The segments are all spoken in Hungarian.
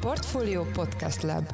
Portfolio Podcast Lab.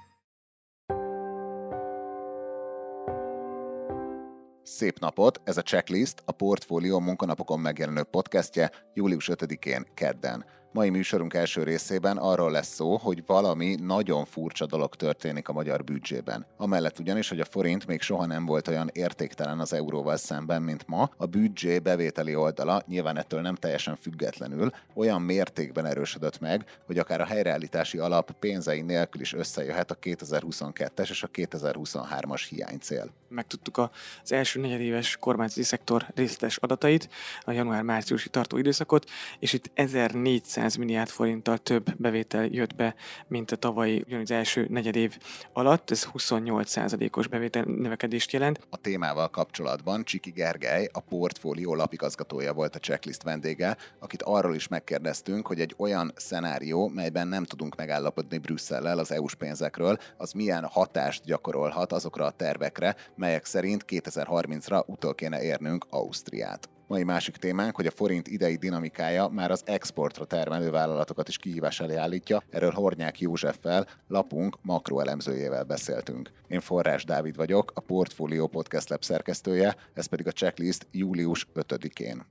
Szép napot! Ez a Checklist, a Portfolio munkanapokon megjelenő podcastje július 5-én kedden. Mai műsorunk első részében arról lesz szó, hogy valami nagyon furcsa dolog történik a magyar büdzsében. Amellett ugyanis, hogy a forint még soha nem volt olyan értéktelen az euróval szemben, mint ma, a büdzsé bevételi oldala nyilván ettől nem teljesen függetlenül olyan mértékben erősödött meg, hogy akár a helyreállítási alap pénzei nélkül is összejöhet a 2022-es és a 2023-as hiánycél. Megtudtuk az első negyedéves kormányzati szektor részletes adatait, a január-márciusi tartó időszakot, és itt 1400 milliárd forinttal több bevétel jött be, mint a tavalyi ugyanaz első negyedév alatt. Ez 28%-os bevétel növekedést jelent. A témával kapcsolatban Csiki Gergely, a Portfolio lapigazgatója volt a Checklist vendége, akit arról is megkérdeztünk, hogy egy olyan szenárió, melyben nem tudunk megállapodni Brüsszellel az EU-s pénzekről, az milyen hatást gyakorolhat azokra a tervekre, melyek szerint 2030-ra utol kéne érnünk Ausztriát. Mai másik témánk, hogy a forint idei dinamikája már az exportra termelő vállalatokat is kihívás elé állítja. Erről Hornyák Józseffel, lapunk makroelemzőjével beszéltünk. Én Forrás Dávid vagyok, a Portfolio Podcast Lab szerkesztője, ez pedig a Checklist július 5-én.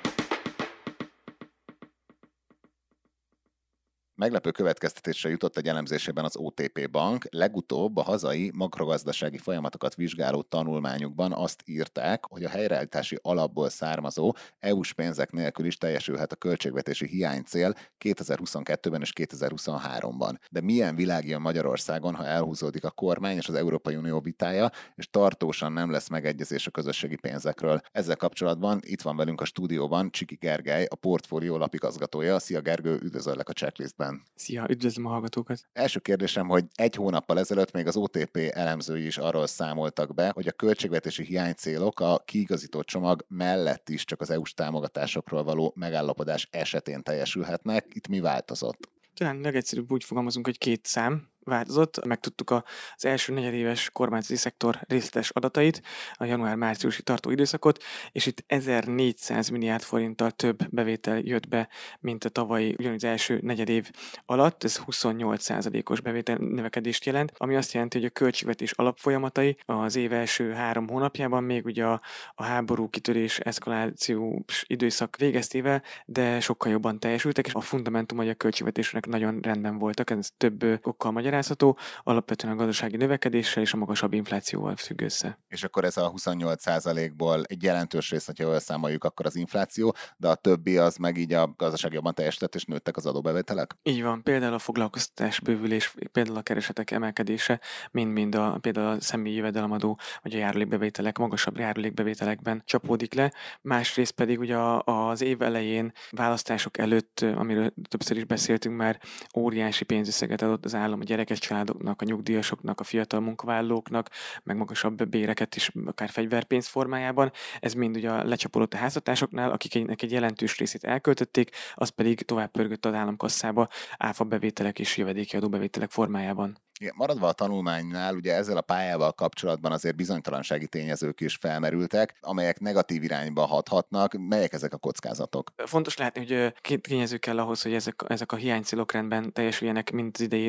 Meglepő következtetésre jutott egy elemzésében az OTP Bank. Legutóbb a hazai makrogazdasági folyamatokat vizsgáló tanulmányukban azt írták, hogy a helyreállítási alapból származó EU-s pénzek nélkül is teljesülhet a költségvetési hiánycél 2022-ben és 2023-ban. De milyen világ jön Magyarországon, ha elhúzódik a kormány és az Európai Unió vitája, és tartósan nem lesz megegyezés a közösségi pénzekről? Ezzel kapcsolatban itt van velünk a stúdióban Csiki Gergely, a Portfolio lapigazgatója. Szia Gergő, üdvözöllek a Checklistben. Szia, üdvözlöm a hallgatókat! Első kérdésem, hogy egy hónappal ezelőtt még az OTP elemzői is arról számoltak be, hogy a költségvetési hiánycélok a kiigazított csomag mellett is csak az EU-s támogatásokról való megállapodás esetén teljesülhetnek. Itt mi változott? Talán legegyszerűbb úgy fogalmazunk, hogy két szám változott. Megtudtuk az első negyedéves kormányzati szektor részletes adatait, a január-márciusi tartó időszakot, és itt 1400 milliárd forinttal több bevétel jött be, mint a tavalyi ugyanaz első negyedév alatt. Ez 28%-os bevétel növekedést jelent, ami azt jelenti, hogy a költségvetés alapfolyamatai az év első 3 hónapjában még ugye a háború, kitörés, eszkalációs időszak végeztével, de sokkal jobban teljesültek, és a fundamentumai a költségvetésnek nagyon rendben voltak. Ez több okkal magyarázható, alapvetően a gazdasági növekedéssel és a magasabb inflációval függ össze. És akkor ez a 28%-ból egy jelentős rész, hogyha számoljuk, akkor az infláció, de a többi az meg így a gazdaság jobban teljesített, és nőttek az adóbevételek? Így van, például a foglalkoztatás bővülés, például a keresetek emelkedése, mind például a személyi jövedelemadó vagy a járulékbevételek, magasabb járulékbevételekben csapódik le. Másrészt pedig ugye az év elején, választások előtt, amiről többször is beszéltünk már, óriási pénzösszeget adott az állam a gyerekes családoknak, a nyugdíjasoknak, a fiatal munkavállalóknak, meg magasabb béreket is, akár fegyverpénz formájában. Ez mind ugye lecsapolott a háztartásoknál, akiknek egy jelentős részét elköltötték, az pedig tovább pörgött az államkasszába áfa bevételek és jövedéki adóbevételek formájában. Igen, maradva a tanulmánynál, ugye ezzel a pályával kapcsolatban azért bizonytalansági tényezők is felmerültek, amelyek negatív irányba hathatnak. Melyek ezek a kockázatok? Fontos látni, hogy két tényező kell ahhoz, hogy ezek a hiánycélok rendben teljesüljenek, mint az idei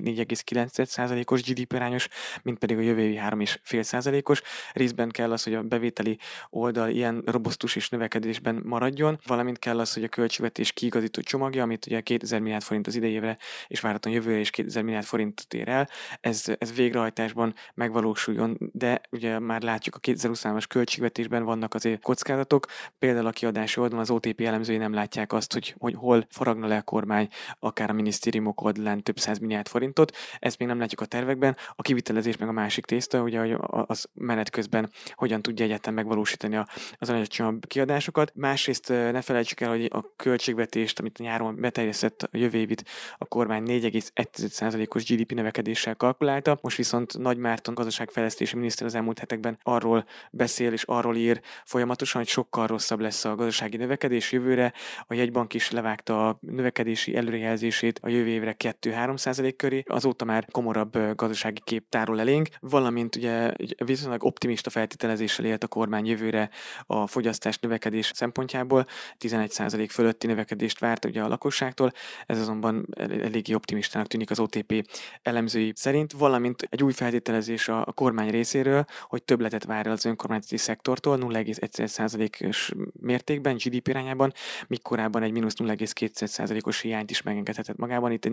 4,9%-os GDP arányos, mint pedig a jövő évi 3,5%-os. Részben kell az, hogy a bevételi oldal ilyen robusztus és növekedésben maradjon, valamint kell az, hogy a költségvetés kiigazító csomagja, amit ugye 2000 milliárd forint az idei évre, és várhatóan jövőre is 2000 milliárd forintot ér el, ez végrehajtásban megvalósuljon, de ugye már látjuk a 2023-as költségvetésben vannak azért kockázatok, például a kiadási oldalon az OTP elemzői nem látják azt, hogy hol faragna le a kormány akár a minisztériumok oldalán több 100 milliárd forintot, ezt még nem látjuk a tervekben, a kivitelezés meg a másik tészta, ugye hogy az menet közben hogyan tudja egyáltalán megvalósítani az alacsonyabb kiadásokat. Másrészt ne felejtsük el, hogy a költségvetést, amit a nyáron beterjesztett a jövő évit a kormány 4,1%-os GDP növekedéssel kalkulálta. Most viszont Nagy Márton gazdaságfejlesztési miniszter az elmúlt hetekben arról beszél és arról ír folyamatosan, hogy sokkal rosszabb lesz a gazdasági növekedés jövőre. A jegybank is levágta a növekedési előrejelzését a jövő évre 2-3% köré. Azóta már komorabb gazdasági kép tárul elénk, valamint ugye viszonylag optimista feltételezéssel élt a kormány jövőre a fogyasztás növekedés szempontjából. 11% fölötti növekedést várt ugye a lakosságtól, ez azonban eléggé optimistának tűnik az OTP elemzői szerint, valamint egy új feltételezés a kormány részéről, hogy többletet vár el az önkormányzati szektortól 0,1%-os mértékben GDP irányában, míg korábban egy mínusz 0,2%-os hiányt is megengedhetett magában. Itt egy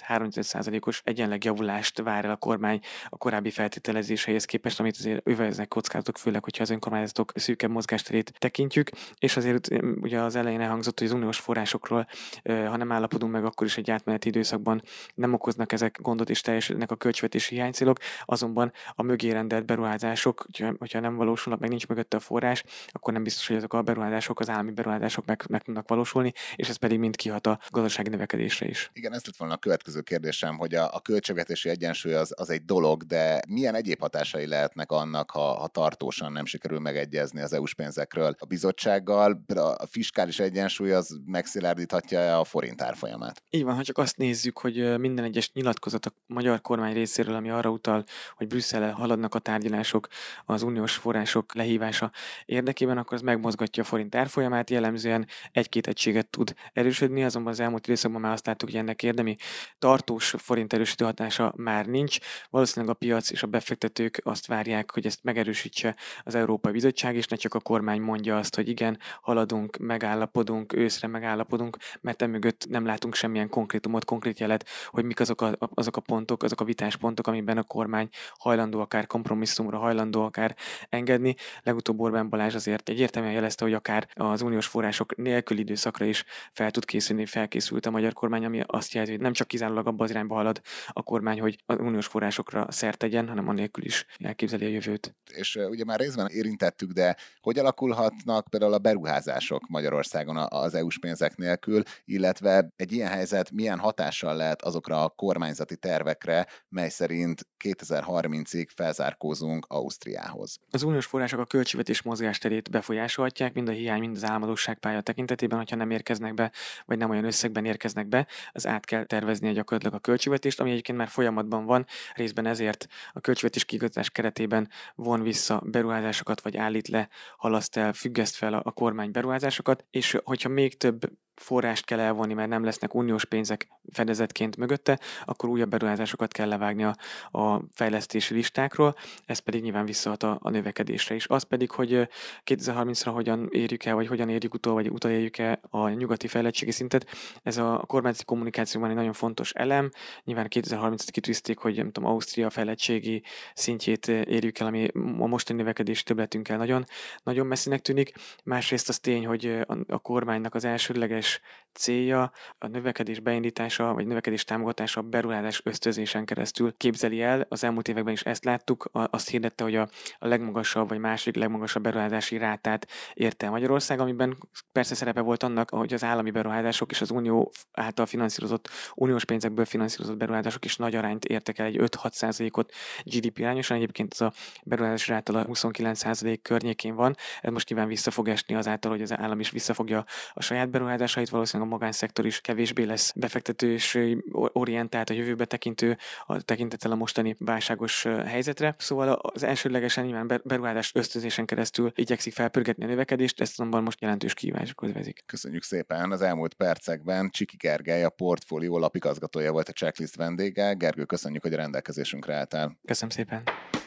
0,3%-os egyenleg javulást vár el a kormány a korábbi feltételezéseihez képest, amit azért üvegeznek kockázatok, főleg, hogyha az önkormányzatok szűkebb mozgásterét tekintjük, és azért ugye az elején elhangzott, hogy az uniós forrásokról, ha nem állapodunk meg, akkor is egy átmeneti időszakban nem okoznak ezek gondot és teljesülnek a költségvetési hiánycélok, azonban a mögé rendelt beruházások, hogyha nem valósulnak, meg nincs mögötte a forrás, akkor nem biztos, hogy ezek a beruházások, az állami beruházások meg tudnak valósulni, és ez pedig mind kihat a gazdasági növekedésre is. Igen, ez lett volna a következő kérdésem, hogy a költségvetési egyensúly az egy dolog, de milyen egyéb hatásai lehetnek annak, ha tartósan nem sikerül megegyezni az EU-s pénzekről a bizottsággal, a fiskális egyensúly az megszilárdíthatja a forint árfolyamát? Így van, ha csak azt nézzük, hogy minden egyes nyilatkozat a magyar kormány részéről, ami arra utal, hogy Brüsszellel haladnak a tárgyalások az uniós források lehívása érdekében, akkor az megmozgatja a forint árfolyamát, jellemzően 1-2 egységet tud erősödni, azonban az elmúlt időszakban már azt láttuk, hogy ennek érdemi tartós forint erősítő hatása már nincs. Valószínűleg a piac és a befektetők azt várják, hogy ezt megerősítse az Európai Bizottság, és ne csak a kormány mondja azt, hogy igen, haladunk, megállapodunk, őszre megállapodunk, mert emögött nem látunk semmilyen konkrétumot, konkrét jelet, hogy mik azok a pontok, azok a vitáspontok, amiben a kormány hajlandó akár kompromisszumra, hajlandó akár engedni. Legutóbb Orbán Balázs azért egyértelműen jelezte, hogy akár az uniós források nélküli időszakra is felkészült a magyar kormány, ami azt jelenti, hogy nem csak kizárólag abba az irányba halad a kormány, hogy az uniós forrásokra szert tegyen, hanem anélkül is elképzeli a jövőt. És ugye már részben érintettük, de hogy alakulhatnak például a beruházások Magyarországon az EU-s pénzek nélkül, illetve egy ilyen helyzet milyen hatással lehet azokra a kormányzati tervekre, mely szerint 2030-ig felzárkózunk Ausztriához? Az uniós források a költségvetés mozgásterét befolyásolhatják, mind a hiány, mind az álmodosságpálya tekintetében, hogyha nem érkeznek be, vagy nem olyan összegben érkeznek be, az át kell terveznie gyakorlatilag a költségvetést, ami egyébként már folyamatban van, részben ezért a költségvetés kiigazítás keretében von vissza beruházásokat, vagy állít le, halaszt el, függeszt fel a kormány beruházásokat, és hogyha még több forrást kell elvonni, mert nem lesznek uniós pénzek fedezetként mögötte, akkor újabb beruházásokat kell levágni a fejlesztési listákról, ez pedig nyilván visszahat a növekedésre is. Az pedig, hogy 2030-ra hogyan érjük el, vagy hogyan érjük vagy utolérjük el a nyugati fejlettségi szintet, ez a kormányzati kommunikációban egy nagyon fontos elem. Nyilván 2030-at kitűzték, hogy nem tudom, Ausztria fejlettségi szintjét érjük el, ami a mostani növekedés többletünkkel nagyon, nagyon messzinek tűnik. Másrészt az tény, hogy a kormánynak az elsődleges célja a növekedés beindítása, vagy növekedés támogatása a beruházás ösztönzésen keresztül képzeli el. Az elmúlt években is ezt láttuk, azt hirdette, hogy a legmagasabb, vagy második legmagasabb beruházási rátát érte Magyarország, amiben persze szerepe volt annak, hogy az állami beruházások és az unió által finanszírozott, uniós pénzekből finanszírozott beruházások is nagy arányt értek el, egy 5-6%-ot GDP arányosan. Egyébként ez a beruházási ráta a 29% környékén van. Ez most nyilván vissza fog esni azáltal, hogy az állam is visszafogja a saját beruházásait, valószínűleg a magánszektor is kevésbé lesz befektetős orientált, a jövőbe tekintő, a tekintettel a mostani válságos helyzetre. Szóval az elsődlegesen nyilván beruházás ösztönzésen keresztül igyekszik felpörgetni a növekedést, ezt azonban most jelentős kihívásokhoz vezik. Köszönjük szépen! Az elmúlt percekben Csiki Gergely, a Portfólió lapigazgatója volt a Checklist vendége. Gergő, köszönjük, hogy a rendelkezésünkre álltál. Köszönöm szépen!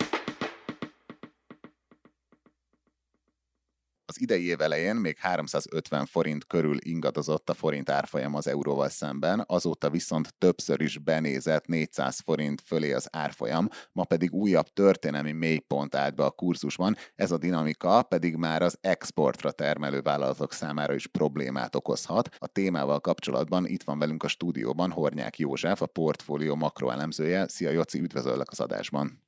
Az idei év elején még 350 forint körül ingadozott a forint árfolyam az euróval szemben, azóta viszont többször is benézett 400 forint fölé az árfolyam, ma pedig újabb történelmi mélypont állt be a kurzusban, ez a dinamika pedig már az exportra termelő vállalatok számára is problémát okozhat. A témával kapcsolatban itt van velünk a stúdióban Hornyák József, a Portfólió makroelemzője. Szia Joci, üdvözöllek az adásban!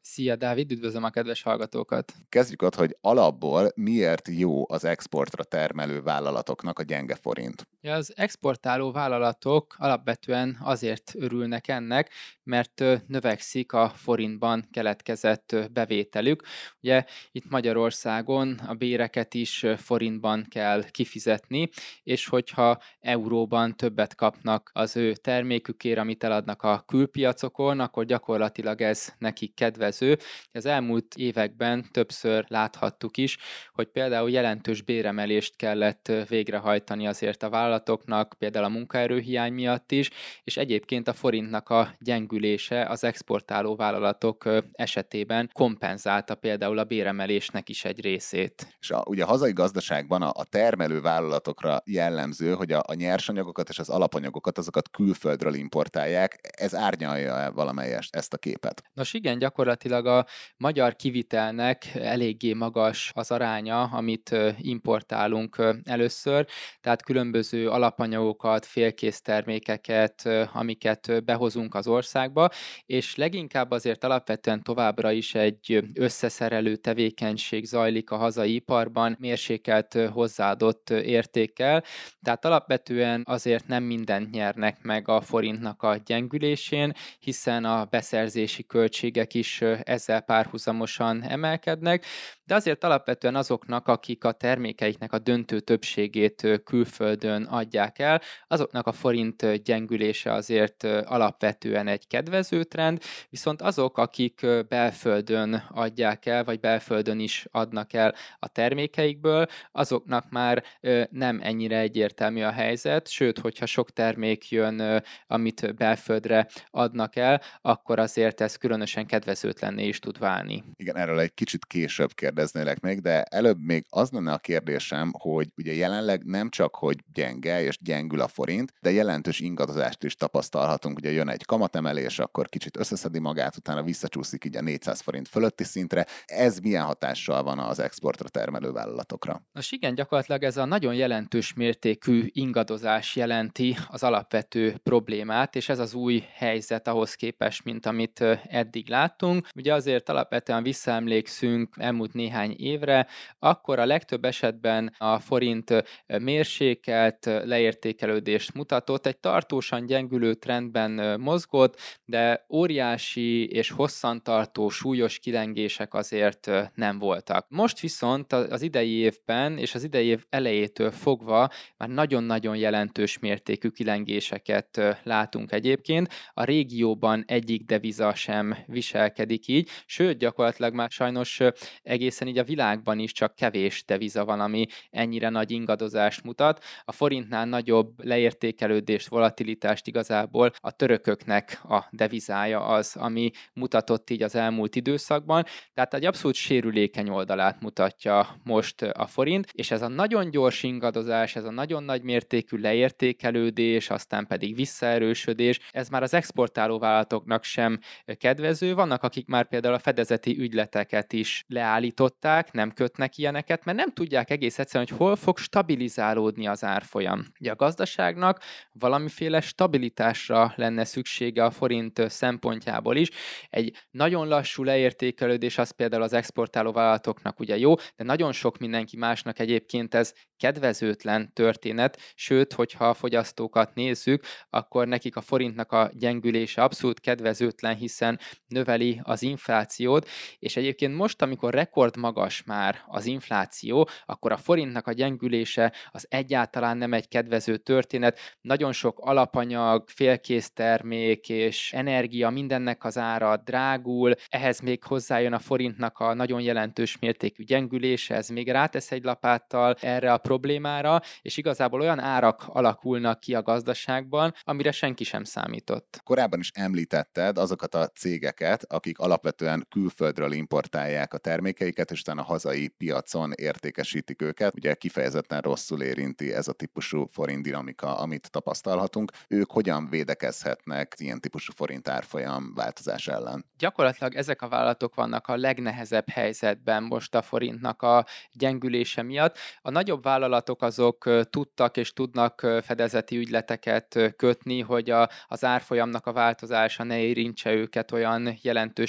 Szia, Dávid, üdvözlöm a kedves hallgatókat! Kezdjük ott, hogy alapból miért jó az exportra termelő vállalatoknak a gyenge forint? Ja, az exportáló vállalatok alapvetően azért örülnek ennek, mert növekszik a forintban keletkezett bevételük. Ugye itt Magyarországon a béreket is forintban kell kifizetni, és hogyha euróban többet kapnak az ő termékükért, amit eladnak a külpiacokon, akkor gyakorlatilag ez nekik kedvező. Az elmúlt években többször láthattuk is, hogy például jelentős béremelést kellett végrehajtani azért a vállalatoknak, például a munkaerőhiány miatt is, és egyébként a forintnak a gyengülése az exportáló vállalatok esetében kompenzálta például a béremelésnek is egy részét. És ugye a hazai gazdaságban a termelő vállalatokra jellemző, hogy a nyersanyagokat és az alapanyagokat azokat külföldről importálják. Ez árnyalja valamelyest ezt a képet? Nos igen, gyakorlatilag a magyar kivitelnek eléggé magas az aránya, amit importálunk először, tehát különböző alapanyagokat, félkész termékeket, amiket behozunk az országba, és leginkább azért alapvetően továbbra is egy összeszerelő tevékenység zajlik a hazai iparban, mérsékelt hozzáadott értékkel, tehát alapvetően azért nem mindent nyernek meg a forintnak a gyengülésén, hiszen a beszerzési költségek is ezzel párhuzamosan emelkednek, de azért alapvetően azoknak, akik a termékeiknek a döntő többségét külföldön adják el, azoknak a forint gyengülése azért alapvetően egy kedvező trend, viszont azok, akik belföldön adják el, vagy belföldön is adnak el a termékeikből, azoknak már nem ennyire egyértelmű a helyzet, sőt, hogyha sok termék jön, amit belföldre adnak el, akkor azért ez különösen kedvezőtlenné is tud válni. Igen, erről egy kicsit később kérdeznélek még, de előbb még az lenne a kérdésem, hogy ugye jelenleg nem csak, hogy gyenge és gyengül a forint, de jelentős ingadozást is tapasztalhatunk. Ugye jön egy kamatemelés, akkor kicsit összeszedi magát, utána visszacsúszik így a 400 forint fölötti szintre. Ez milyen hatással van az exportra termelő vállalatokra? Nos igen, gyakorlatilag ez a nagyon jelentős mértékű ingadozás jelenti az alapvető problémát, és ez az új helyzet ahhoz képest, mint amit eddig láttunk. Ugye azért alapvetően visszaemlékszünk elmúlt néhány évre, akkor a legtöbb esetben a forint mérsékelt leértékelődést mutatott, egy tartósan gyengülő trendben mozgott, de óriási és hosszantartó súlyos kilengések azért nem voltak. Most viszont az idei évben és az idei év elejétől fogva már nagyon-nagyon jelentős mértékű kilengéseket látunk egyébként. A régióban egyik deviza sem viselkedik így, sőt gyakorlatilag már sajnos egészen így a világban is csak kevés deviza van, ami ennyire nagy ingadozást mutat. A forintnál nagyobb leértékelődést, volatilitást igazából a törököknek a devizája az, ami mutatott így az elmúlt időszakban, tehát egy abszolút sérülékeny oldalát mutatja most a forint, és ez a nagyon gyors ingadozás, ez a nagyon nagy mértékű leértékelődés, aztán pedig visszaerősödés, ez már az exportáló vállalatoknak sem kedvező. Vannak, akik már például a fedezeti ügyleteket is leállították, nem kötnek ilyeneket, mert nem tudják egész egyszerűen, hogy hol fog stabilizálódni az árfolyam. Ugye a gazdaságnak valamiféle stabilitásra lenne szüksége a forint szempontjából is. Egy nagyon lassú leértékelődés az például az exportáló vállalatoknak ugye jó, de nagyon sok mindenki másnak egyébként ez kedvezőtlen történet, sőt, hogyha a fogyasztókat nézzük, akkor nekik a forintnak a gyengülése abszolút kedvezőtlen, hiszen növeli az inflációt, és egyébként most, amikor rekordmagas már az infláció, akkor a forintnak a gyengülése az egyáltalán nem egy kedvező történet. Nagyon sok alapanyag, félkész termék és energia, mindennek az ára drágul, ehhez még hozzájön a forintnak a nagyon jelentős mértékű gyengülése, ez még rátesz egy lapáttal erre a problémára, és igazából olyan árak alakulnak ki a gazdaságban, amire senki sem számított. Korábban is említetted azokat a cégeket, akik alapvetően külföldről importálják a termékeiket, és utána a hazai piacon értékesítik őket. Ugye kifejezetten rosszul érinti ez a típusú forint dinamika, amit tapasztalhatunk. Ők hogyan védekezhetnek ilyen típusú forint árfolyam változás ellen? Gyakorlatilag ezek a vállalatok vannak a legnehezebb helyzetben most a forintnak a gyengülése miatt. A nagyobb vállalatok azok tudtak és tudnak fedezeti ügyleteket kötni, hogy az árfolyamnak a változása ne érintse őket olyan jelentős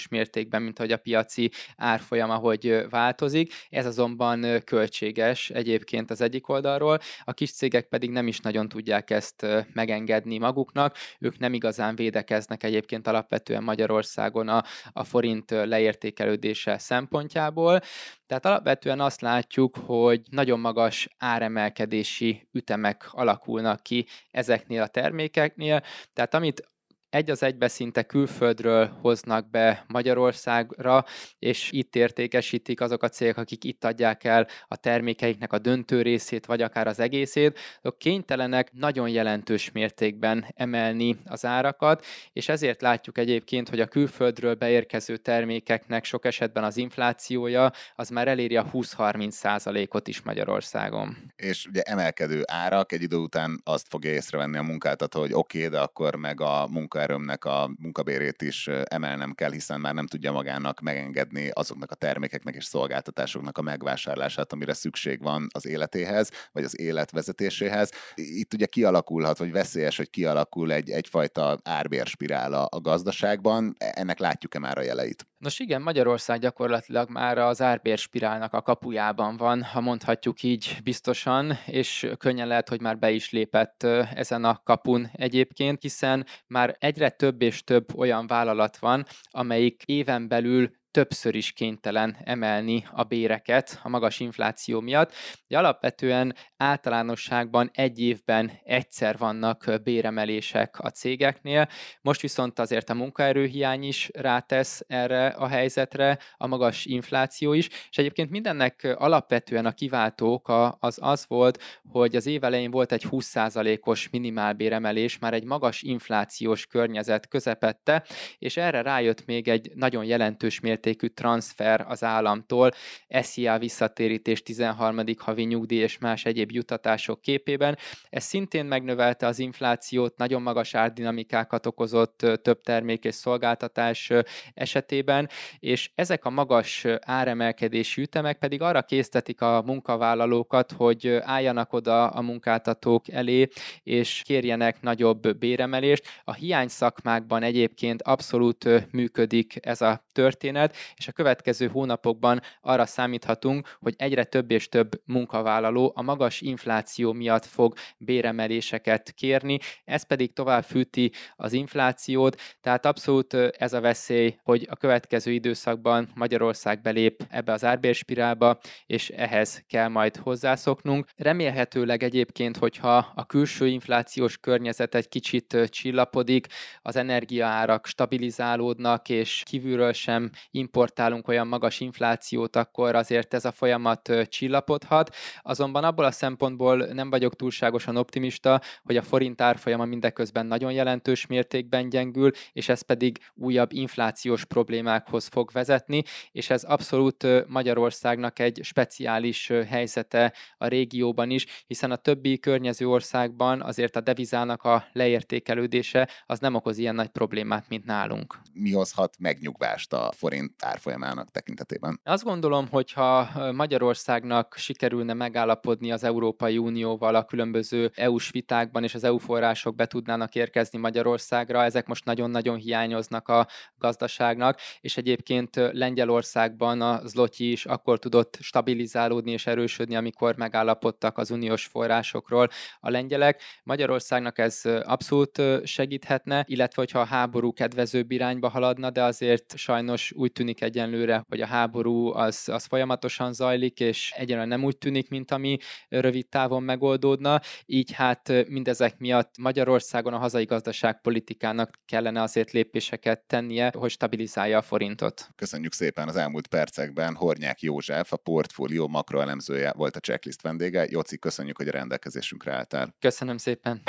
mértékben, mint ahogy a piaci árfolyam, ahogy változik. Ez azonban költséges egyébként az egyik oldalról, a kis cégek pedig nem is nagyon tudják ezt megengedni maguknak, ők nem igazán védekeznek egyébként alapvetően Magyarországon a forint leértékelődése szempontjából. Tehát alapvetően azt látjuk, hogy nagyon magas áremelkedési ütemek alakulnak ki ezeknél a termékeknél, tehát amit egy az egybe szinte külföldről hoznak be Magyarországra, és itt értékesítik azok a cégek, akik itt adják el a termékeiknek a döntő részét, vagy akár az egészét, azok kénytelenek nagyon jelentős mértékben emelni az árakat, és ezért látjuk egyébként, hogy a külföldről beérkező termékeknek sok esetben az inflációja az már eléri a 20-30%-ot is Magyarországon. És ugye emelkedő árak, egy idő után azt fogja észrevenni a munkáltató, hogy oké, de akkor meg a munkaerőmnek a munkabérét is emelnem kell, hiszen már nem tudja magának megengedni azoknak a termékeknek és szolgáltatásoknak a megvásárlását, amire szükség van az életéhez, vagy az életvezetéséhez. Itt ugye kialakulhat, vagy veszélyes, hogy kialakul egyfajta árbérspirál a gazdaságban. Ennek látjuk-e már a jeleit? Nos igen, Magyarország gyakorlatilag már az árbérspirálnak a kapujában van, ha mondhatjuk így biztosan, és könnyen lehet, hogy már be is lépett ezen a kapun egyébként, hiszen már egyre több és több olyan vállalat van, amelyik éven belül többször is kénytelen emelni a béreket a magas infláció miatt. De alapvetően általánosságban egy évben egyszer vannak béremelések a cégeknél, most viszont azért a munkaerőhiány is rátesz erre a helyzetre, a magas infláció is, és egyébként mindennek alapvetően a kiváltók az volt, hogy az év elején volt egy 20%-os minimálbéremelés, már egy magas inflációs környezet közepette, és erre rájött még egy nagyon jelentős mértékű transfer az államtól, SZIA visszatérítés, 13. havi nyugdíj és más egyéb juttatások képében. Ez szintén megnövelte az inflációt, nagyon magas árdinamikákat okozott több termék és szolgáltatás esetében, és ezek a magas áremelkedési ütemek pedig arra késztetik a munkavállalókat, hogy álljanak oda a munkáltatók elé, és kérjenek nagyobb béremelést. A hiányszakmákban egyébként abszolút működik ez a történet, és a következő hónapokban arra számíthatunk, hogy egyre több és több munkavállaló a magas infláció miatt fog béremeléseket kérni, ez pedig tovább fűti az inflációt, tehát abszolút ez a veszély, hogy a következő időszakban Magyarország belép ebbe az árbérspirálba, és ehhez kell majd hozzászoknunk. Remélhetőleg egyébként, hogyha a külső inflációs környezet egy kicsit csillapodik, az energiaárak stabilizálódnak, és kívülről sem importálunk olyan magas inflációt, akkor azért ez a folyamat csillapodhat. Azonban abból a szempontból nem vagyok túlságosan optimista, hogy a forint árfolyama mindeközben nagyon jelentős mértékben gyengül, és ez pedig újabb inflációs problémákhoz fog vezetni, és ez abszolút Magyarországnak egy speciális helyzete a régióban is, hiszen a többi környező országban azért a devizának a leértékelődése az nem okoz ilyen nagy problémát, mint nálunk. Mi hozhat megnyugvást a forint árfolyamának tekintetében? Azt gondolom, hogy ha Magyarországnak sikerülne megállapodni az Európai Unióval a különböző EU-s vitákban, és az EU források be tudnának érkezni Magyarországra, ezek most nagyon-nagyon hiányoznak a gazdaságnak, és egyébként Lengyelországban a zloty is akkor tudott stabilizálódni és erősödni, amikor megállapodtak az uniós forrásokról a lengyelek. Magyarországnak ez abszolút segíthetne, illetve hogyha a háború kedvezőbb irányba haladna, de azért sajnos úgy tűnik egyenlőre, hogy a háború az folyamatosan zajlik, és egyenlően nem úgy tűnik, mint ami rövid távon megoldódna. Így hát mindezek miatt Magyarországon a hazai gazdaságpolitikának kellene azért lépéseket tennie, hogy stabilizálja a forintot. Köszönjük szépen az elmúlt percekben. Hornyák József, a Portfólió makroelemzője volt a Checklist vendége. Jóci, köszönjük, hogy a rendelkezésünkre álltál. Köszönöm szépen.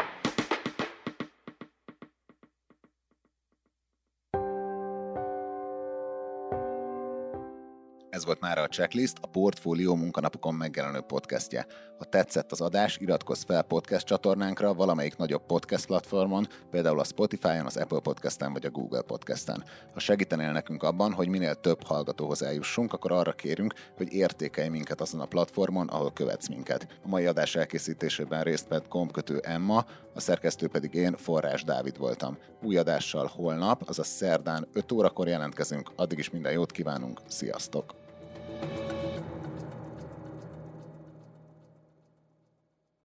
Ez Ez volt mára a Checklist, a Portfólió munkanapokon megjelenő podcastje. Ha tetszett az adás, iratkozz fel podcast csatornánkra valamelyik nagyobb podcast platformon, például a Spotify-on, az Apple Podcasten vagy a Google Podcasten. Ha segítenél nekünk abban, hogy minél több hallgatóhoz eljussunk, akkor arra kérünk, hogy értékelj minket azon a platformon, ahol követsz minket. A mai adás elkészítésében részt vett gombkötő Emma, a szerkesztő pedig én, Forrás Dávid voltam. Új adással holnap, azaz szerdán 5 órakor jelentkezünk, addig is minden jót kívánunk, sziasztok!